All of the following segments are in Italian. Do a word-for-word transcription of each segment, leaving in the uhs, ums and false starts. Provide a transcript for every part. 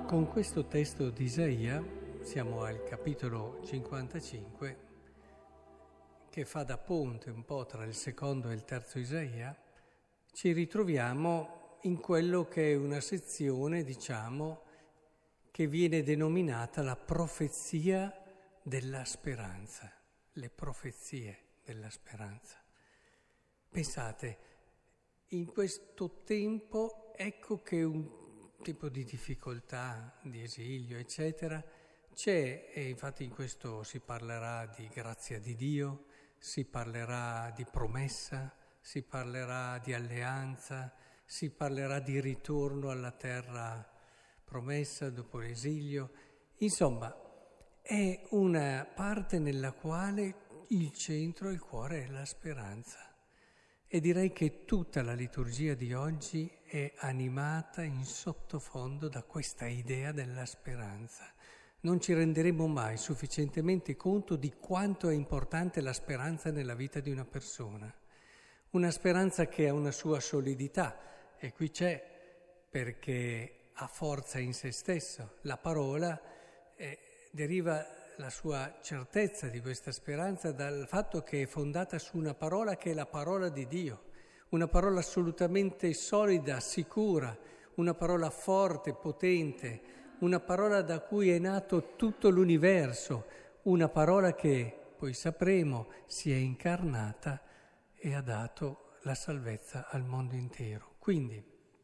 Con questo testo di Isaia, siamo al capitolo cinquantacinque, che fa da ponte un po' tra il secondo e il terzo Isaia, ci ritroviamo in quello che è una sezione, diciamo, che viene denominata la profezia della speranza, le profezie della speranza. Pensate, in questo tempo ecco che un tipo di difficoltà, di esilio, eccetera, c'è, e infatti in questo si parlerà di grazia di Dio, si parlerà di promessa, si parlerà di alleanza, si parlerà di ritorno alla terra promessa dopo l'esilio. Insomma, è una parte nella quale il centro, il cuore è la speranza. E direi che tutta la liturgia di oggi è animata in sottofondo da questa idea della speranza. Non ci renderemo mai sufficientemente conto di quanto è importante la speranza nella vita di una persona. Una speranza che ha una sua solidità, e qui c'è perché ha forza in se stesso. La parola eh, deriva la sua certezza di questa speranza dal fatto che è fondata su una parola che è la parola di Dio, una parola assolutamente solida, sicura, una parola forte, potente, una parola da cui è nato tutto l'universo, una parola che, poi sapremo, si è incarnata e ha dato la salvezza al mondo intero. Quindi,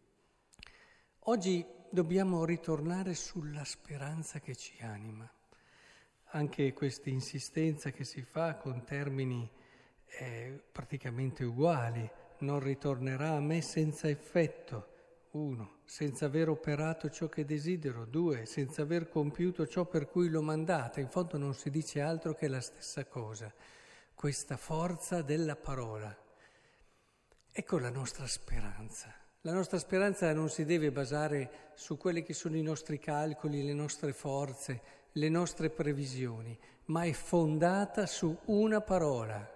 oggi dobbiamo ritornare sulla speranza che ci anima. Anche questa insistenza che si fa con termini eh, praticamente uguali, non ritornerà a me senza effetto, uno, senza aver operato ciò che desidero, due, senza aver compiuto ciò per cui l'ho mandata. In fondo non si dice altro che la stessa cosa, questa forza della parola. Ecco la nostra speranza. La nostra speranza non si deve basare su quelli che sono i nostri calcoli, le nostre forze, le nostre previsioni, ma è fondata su una parola.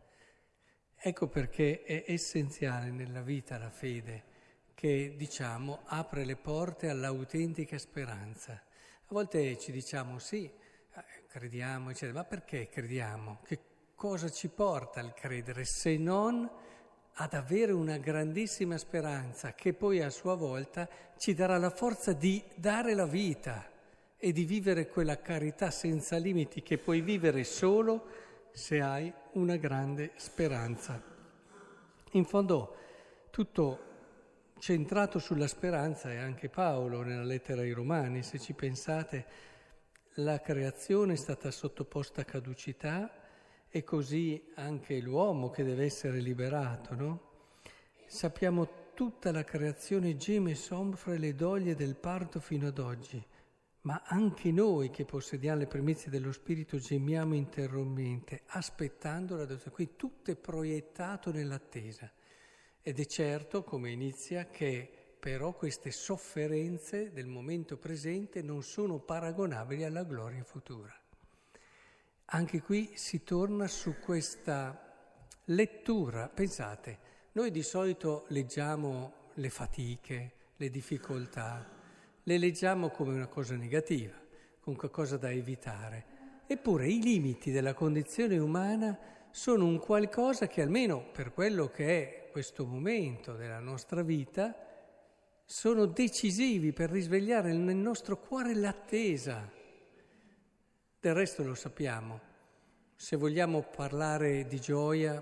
Ecco perché è essenziale nella vita la fede, che, diciamo, apre le porte all'autentica speranza. A volte ci diciamo sì, crediamo, eccetera, ma perché crediamo? Che cosa ci porta al credere se non ad avere una grandissima speranza che poi a sua volta ci darà la forza di dare la vita e di vivere quella carità senza limiti che puoi vivere solo se hai una grande speranza. In fondo tutto centrato sulla speranza è anche Paolo nella lettera ai Romani. Se ci pensate, la creazione è stata sottoposta a caducità e così anche l'uomo che deve essere liberato, no? Sappiamo tutta la creazione geme e soffre le doglie del parto fino ad oggi, ma anche noi che possediamo le primizie dello Spirito gemiamo interrompente, aspettando l'adozione. Qui tutto è proiettato nell'attesa. Ed è certo, come inizia, che però queste sofferenze del momento presente non sono paragonabili alla gloria futura. Anche qui si torna su questa lettura. Pensate, noi di solito leggiamo le fatiche, le difficoltà, le leggiamo come una cosa negativa, come qualcosa da evitare. Eppure i limiti della condizione umana sono un qualcosa che, almeno per quello che è questo momento della nostra vita, sono decisivi per risvegliare nel nostro cuore l'attesa. Del resto lo sappiamo, se vogliamo parlare di gioia,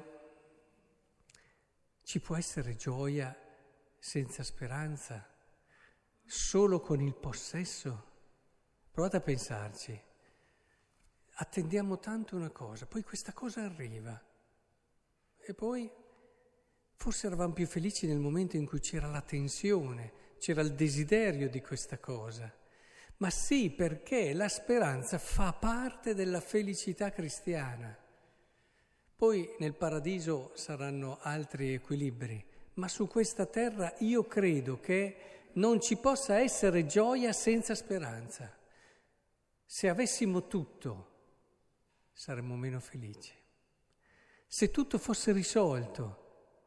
ci può essere gioia senza speranza, solo con il possesso? Provate a pensarci, attendiamo tanto una cosa, poi questa cosa arriva e poi forse eravamo più felici nel momento in cui c'era la tensione, c'era il desiderio di questa cosa. Ma sì, perché la speranza fa parte della felicità cristiana. Poi nel paradiso saranno altri equilibri, ma su questa terra io credo che non ci possa essere gioia senza speranza. Se avessimo tutto, saremmo meno felici. Se tutto fosse risolto,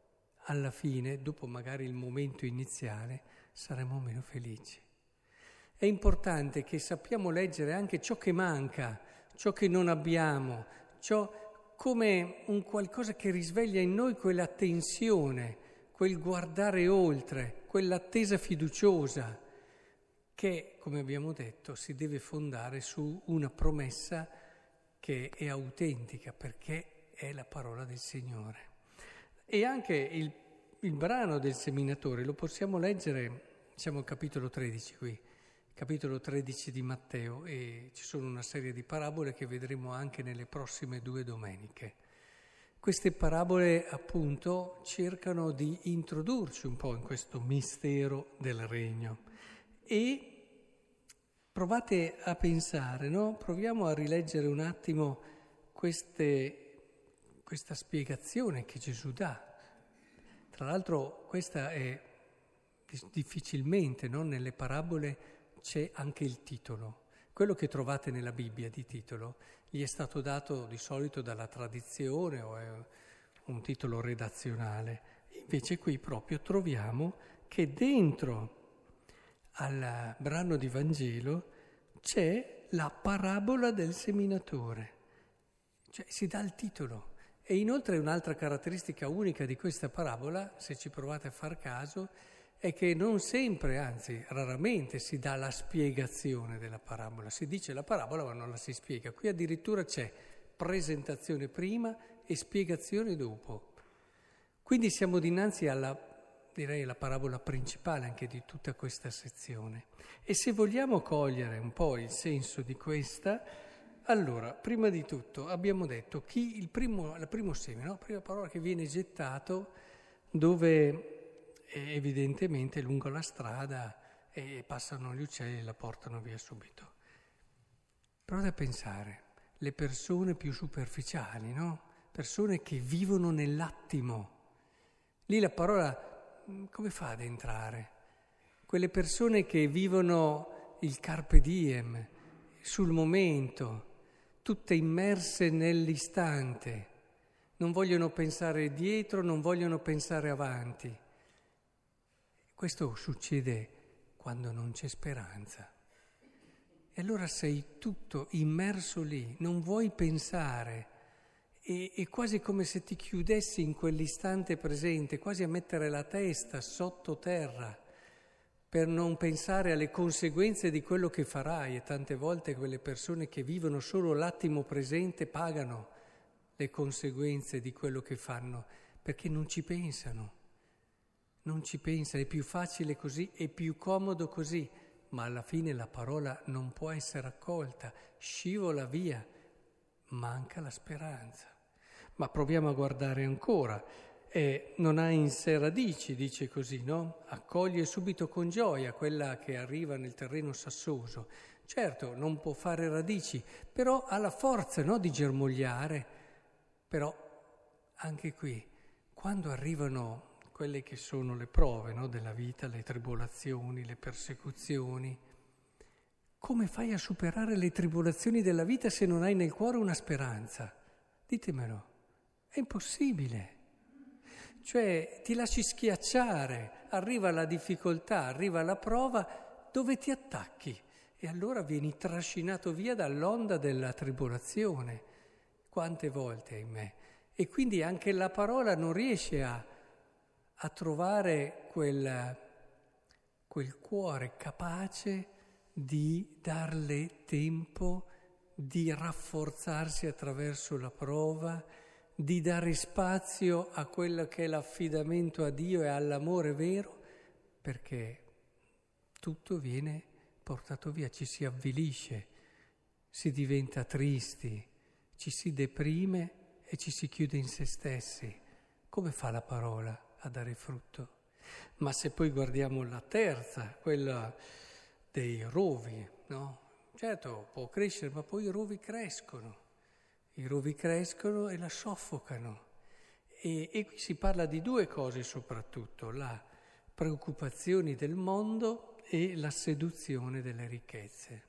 alla fine, dopo magari il momento iniziale, saremmo meno felici. È importante che sappiamo leggere anche ciò che manca, ciò che non abbiamo, ciò come un qualcosa che risveglia in noi quella tensione, quel guardare oltre, quell'attesa fiduciosa che, come abbiamo detto, si deve fondare su una promessa che è autentica perché è la parola del Signore. E anche il, il brano del seminatore lo possiamo leggere, siamo al capitolo tredici qui, capitolo tredici di Matteo, e ci sono una serie di parabole che vedremo anche nelle prossime due domeniche. Queste parabole appunto cercano di introdurci un po' in questo mistero del regno e provate a pensare, no? Proviamo a rileggere un attimo queste, questa spiegazione che Gesù dà. Tra l'altro questa è difficilmente, no? Nelle parabole c'è anche il titolo. Quello che trovate nella Bibbia di titolo gli è stato dato di solito dalla tradizione o è un titolo redazionale. Invece qui proprio troviamo che dentro al brano di Vangelo c'è la parabola del seminatore, cioè si dà il titolo. E inoltre un'altra caratteristica unica di questa parabola, se ci provate a far caso, è che non sempre, anzi raramente si dà la spiegazione della parabola. Si dice la parabola ma non la si spiega. Qui addirittura c'è presentazione prima e spiegazione dopo. Quindi siamo dinanzi alla, direi, la parabola principale anche di tutta questa sezione. E se vogliamo cogliere un po' il senso di questa, allora, prima di tutto abbiamo detto chi il primo, il primo seme, no? La prima parola che viene gettato dove evidentemente lungo la strada e passano gli uccelli e la portano via subito. Provate a pensare, le persone più superficiali, no? Persone che vivono nell'attimo. Lì la parola come fa ad entrare? Quelle persone che vivono il carpe diem, sul momento, tutte immerse nell'istante, non vogliono pensare dietro, non vogliono pensare avanti. Questo succede quando non c'è speranza. E allora sei tutto immerso lì, non vuoi pensare, e è quasi come se ti chiudessi in quell'istante presente, quasi a mettere la testa sottoterra per non pensare alle conseguenze di quello che farai. E tante volte quelle persone che vivono solo l'attimo presente pagano le conseguenze di quello che fanno, perché non ci pensano. Non ci pensa, è più facile così, è più comodo così, ma alla fine la parola non può essere accolta, scivola via, manca la speranza. Ma proviamo a guardare ancora, eh, non ha in sé radici, dice così, no? Accoglie subito con gioia quella che arriva nel terreno sassoso. Certo, non può fare radici, però ha la forza, no, di germogliare. Però anche qui, quando arrivano quelle che sono le prove, no, della vita, le tribolazioni, le persecuzioni. Come fai a superare le tribolazioni della vita se non hai nel cuore una speranza? Ditemelo, è impossibile. Cioè ti lasci schiacciare, arriva la difficoltà, arriva la prova, dove ti attacchi? E allora vieni trascinato via dall'onda della tribolazione. Quante volte, ahimè. E quindi anche la parola non riesce a a trovare quel, quel cuore capace di darle tempo, di rafforzarsi attraverso la prova, di dare spazio a quello che è l'affidamento a Dio e all'amore vero, perché tutto viene portato via, ci si avvilisce, si diventa tristi, ci si deprime e ci si chiude in se stessi. Come fa la parola a dare frutto? Ma se poi guardiamo la terza, quella dei rovi, no? Certo, può crescere, ma poi i rovi crescono, i rovi crescono e la soffocano. E, e qui si parla di due cose soprattutto, la preoccupazioni del mondo e la seduzione delle ricchezze.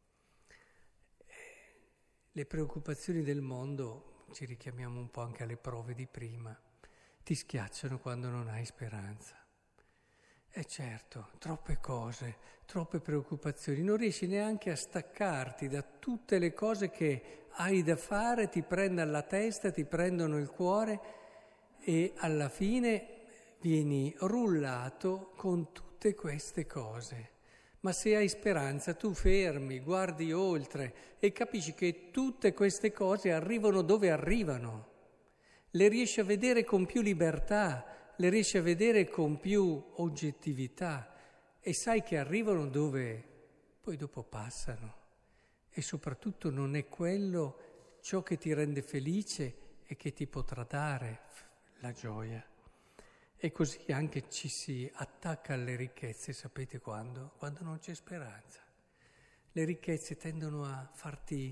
Le preoccupazioni del mondo, ci richiamiamo un po' anche alle prove di prima, ti schiacciano quando non hai speranza. E certo, troppe cose, troppe preoccupazioni, non riesci neanche a staccarti da tutte le cose che hai da fare, ti prendono la testa, ti prendono il cuore e alla fine vieni rullato con tutte queste cose. Ma se hai speranza tu fermi, guardi oltre e capisci che tutte queste cose arrivano dove arrivano. Le riesci a vedere con più libertà, le riesci a vedere con più oggettività e sai che arrivano dove poi dopo passano. E soprattutto non è quello ciò che ti rende felice e che ti potrà dare la gioia. E così anche ci si attacca alle ricchezze, sapete quando? Quando non c'è speranza. Le ricchezze tendono a farti,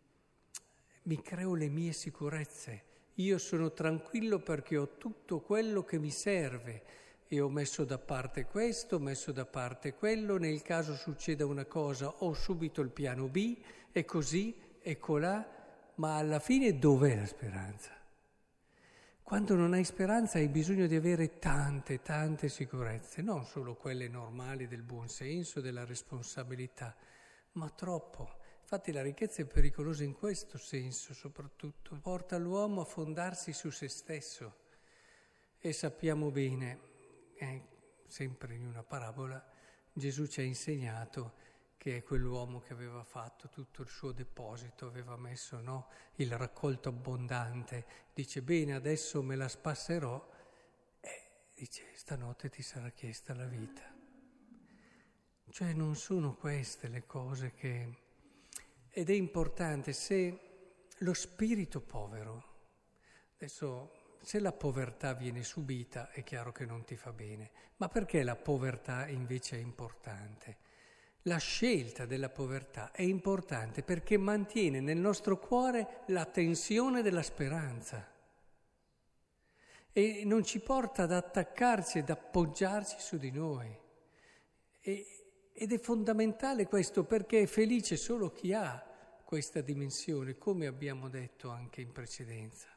mi creo le mie sicurezze, io sono tranquillo perché ho tutto quello che mi serve e ho messo da parte questo, ho messo da parte quello, nel caso succeda una cosa ho subito il piano B e così e colà, ma alla fine dov'è la speranza? Quando non hai speranza hai bisogno di avere tante, tante sicurezze, non solo quelle normali del buon senso, della responsabilità, ma troppo. Infatti la ricchezza è pericolosa in questo senso soprattutto, porta l'uomo a fondarsi su se stesso. E sappiamo bene, eh, sempre in una parabola, Gesù ci ha insegnato che è quell'uomo che aveva fatto tutto il suo deposito, aveva messo no, il raccolto abbondante, dice bene adesso me la spasserò e dice stanotte ti sarà chiesta la vita. Cioè non sono queste le cose che... Ed è importante se lo spirito povero, adesso se la povertà viene subita è chiaro che non ti fa bene, ma perché la povertà invece è importante? La scelta della povertà è importante perché mantiene nel nostro cuore la tensione della speranza e non ci porta ad attaccarci ed appoggiarci su di noi. E, ed è fondamentale questo perché è felice solo chi ha questa dimensione, come abbiamo detto anche in precedenza.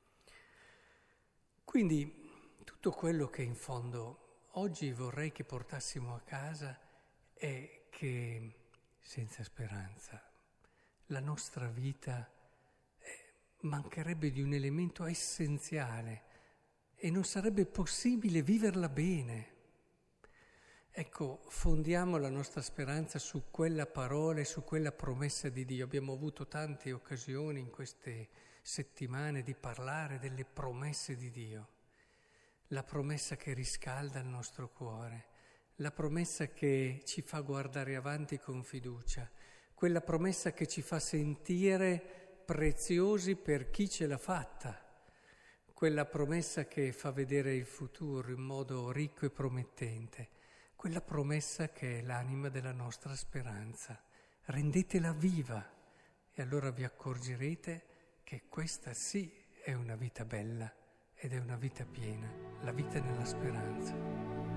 Quindi tutto quello che in fondo oggi vorrei che portassimo a casa è che senza speranza la nostra vita eh, mancherebbe di un elemento essenziale e non sarebbe possibile viverla bene. Ecco, fondiamo la nostra speranza su quella parola e su quella promessa di Dio. Abbiamo avuto tante occasioni in queste settimane di parlare delle promesse di Dio, la promessa che riscalda il nostro cuore, la promessa che ci fa guardare avanti con fiducia, quella promessa che ci fa sentire preziosi per chi ce l'ha fatta, quella promessa che fa vedere il futuro in modo ricco e promettente, quella promessa che è l'anima della nostra speranza. Rendetela viva e allora vi accorgerete che questa sì è una vita bella ed è una vita piena, la vita nella speranza.